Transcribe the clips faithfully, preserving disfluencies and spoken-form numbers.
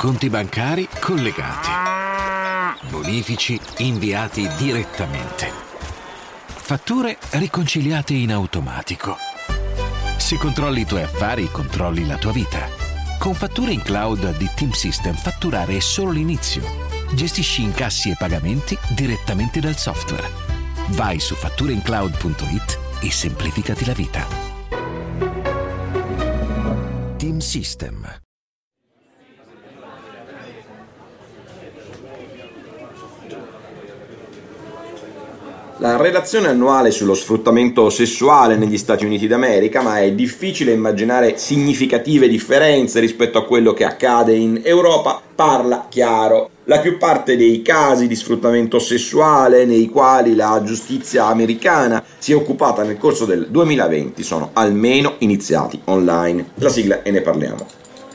conti bancari collegati, bonifici inviati direttamente, fatture riconciliate in automatico. Se controlli i tuoi affari, controlli la tua vita. Con fatture in cloud di Team System fatturare è solo l'inizio. Gestisci incassi e pagamenti direttamente dal software. Vai su fattureincloud punto it e semplificati la vita. Team System. La relazione annuale sullo sfruttamento sessuale negli Stati Uniti d'America, ma è difficile immaginare significative differenze rispetto a quello che accade in Europa, parla chiaro. La più parte dei casi di sfruttamento sessuale nei quali la giustizia americana si è occupata nel corso del duemilaventi sono almeno iniziati online. La sigla e ne parliamo.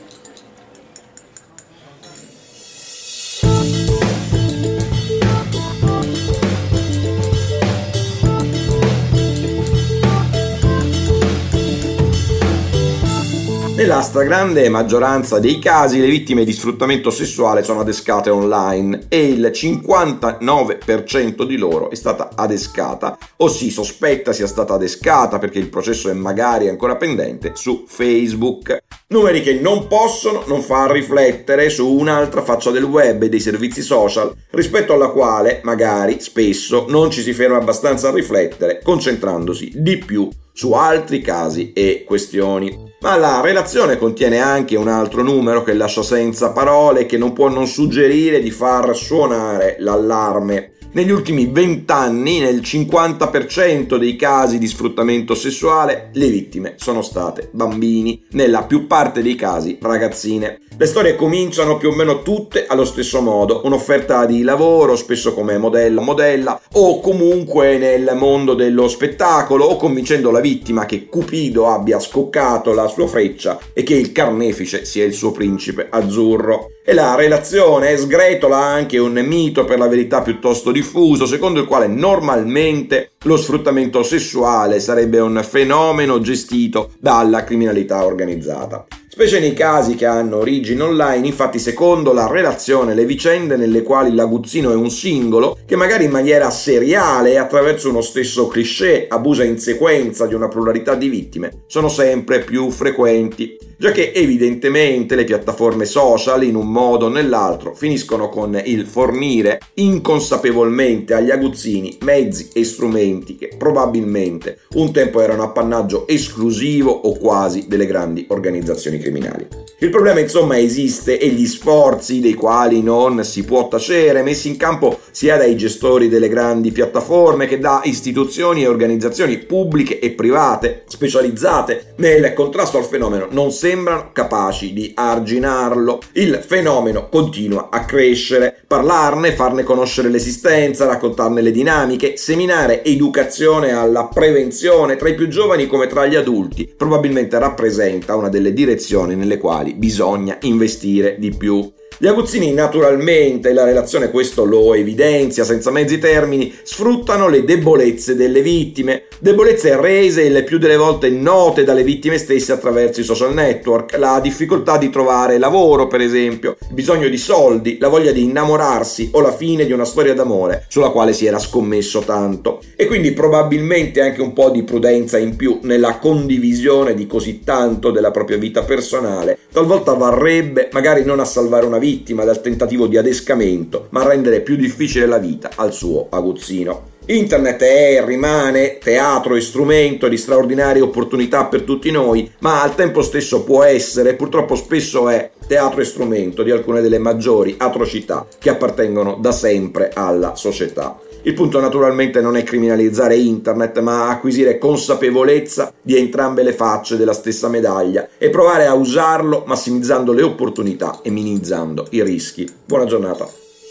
Nella stragrande maggioranza dei casi le vittime di sfruttamento sessuale sono adescate online e il cinquantanove per cento di loro è stata adescata o si sospetta sia stata adescata, perché il processo è magari ancora pendente, su Facebook. Numeri che non possono non far riflettere su un'altra faccia del web e dei servizi social, rispetto alla quale magari spesso non ci si ferma abbastanza a riflettere, concentrandosi di più su altri casi e questioni. Ma la relazione contiene anche un altro numero che lascia senza parole e che non può non suggerire di far suonare l'allarme. Negli ultimi vent'anni, nel cinquanta per cento dei casi di sfruttamento sessuale, le vittime sono state bambini, nella più parte dei casi ragazzine. Le storie cominciano più o meno tutte allo stesso modo: un'offerta di lavoro, spesso come modella modella, o comunque nel mondo dello spettacolo, o convincendo la vittima che Cupido abbia scoccato la sua freccia e che il carnefice sia il suo principe azzurro. E la relazione sgretola anche un mito, per la verità piuttosto diffuso, secondo il quale normalmente lo sfruttamento sessuale sarebbe un fenomeno gestito dalla criminalità organizzata. Specie nei casi che hanno origine online, infatti, secondo la relazione, le vicende nelle quali l'aguzzino è un singolo che magari in maniera seriale e attraverso uno stesso cliché abusa in sequenza di una pluralità di vittime sono sempre più frequenti, già che evidentemente le piattaforme social in un modo o nell'altro finiscono con il fornire inconsapevolmente agli aguzzini mezzi e strumenti che probabilmente un tempo erano appannaggio esclusivo o quasi delle grandi organizzazioni criminali. Il problema insomma esiste e gli sforzi, dei quali non si può tacere, messi in campo sia dai gestori delle grandi piattaforme che da istituzioni e organizzazioni pubbliche e private specializzate nel contrasto al fenomeno, non sembrano capaci di arginarlo. Il fenomeno continua a crescere. Parlarne, farne conoscere l'esistenza, raccontarne le dinamiche, seminare educazione alla prevenzione tra i più giovani come tra gli adulti probabilmente rappresenta una delle direzioni nelle quali bisogna investire di più. Gli aguzzini naturalmente, la relazione questo lo evidenzia senza mezzi termini, sfruttano le debolezze delle vittime, debolezze rese il più delle volte note dalle vittime stesse attraverso i social network, la difficoltà di trovare lavoro per esempio, il bisogno di soldi, la voglia di innamorarsi o la fine di una storia d'amore sulla quale si era scommesso tanto, e quindi probabilmente anche un po' di prudenza in più nella condivisione di così tanto della propria vita personale. Talvolta varrebbe magari non a salvare una vittima dal tentativo di adescamento, ma a rendere più difficile la vita al suo aguzzino. Internet è e rimane teatro e strumento di straordinarie opportunità per tutti noi, ma al tempo stesso può essere, purtroppo spesso è, teatro e strumento di alcune delle maggiori atrocità che appartengono da sempre alla società. Il punto naturalmente non è criminalizzare internet, ma acquisire consapevolezza di entrambe le facce della stessa medaglia e provare a usarlo massimizzando le opportunità e minimizzando i rischi. Buona giornata.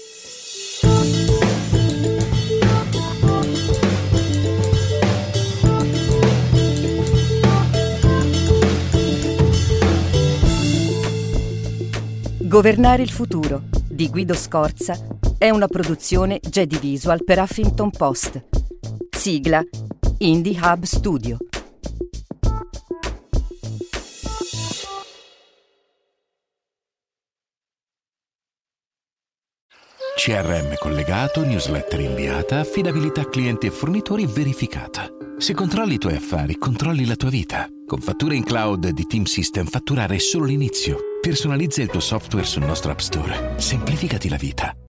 Governare il futuro di Guido Scorza è una produzione Jedi Visual per Huffington Post. Sigla Indie Hub Studio. C R M collegato, newsletter inviata, affidabilità clienti e fornitori verificata. Se controlli i tuoi affari, controlli la tua vita. Con fatture in cloud di Team System fatturare è solo l'inizio. Personalizza il tuo software sul nostro App Store. Semplificati la vita.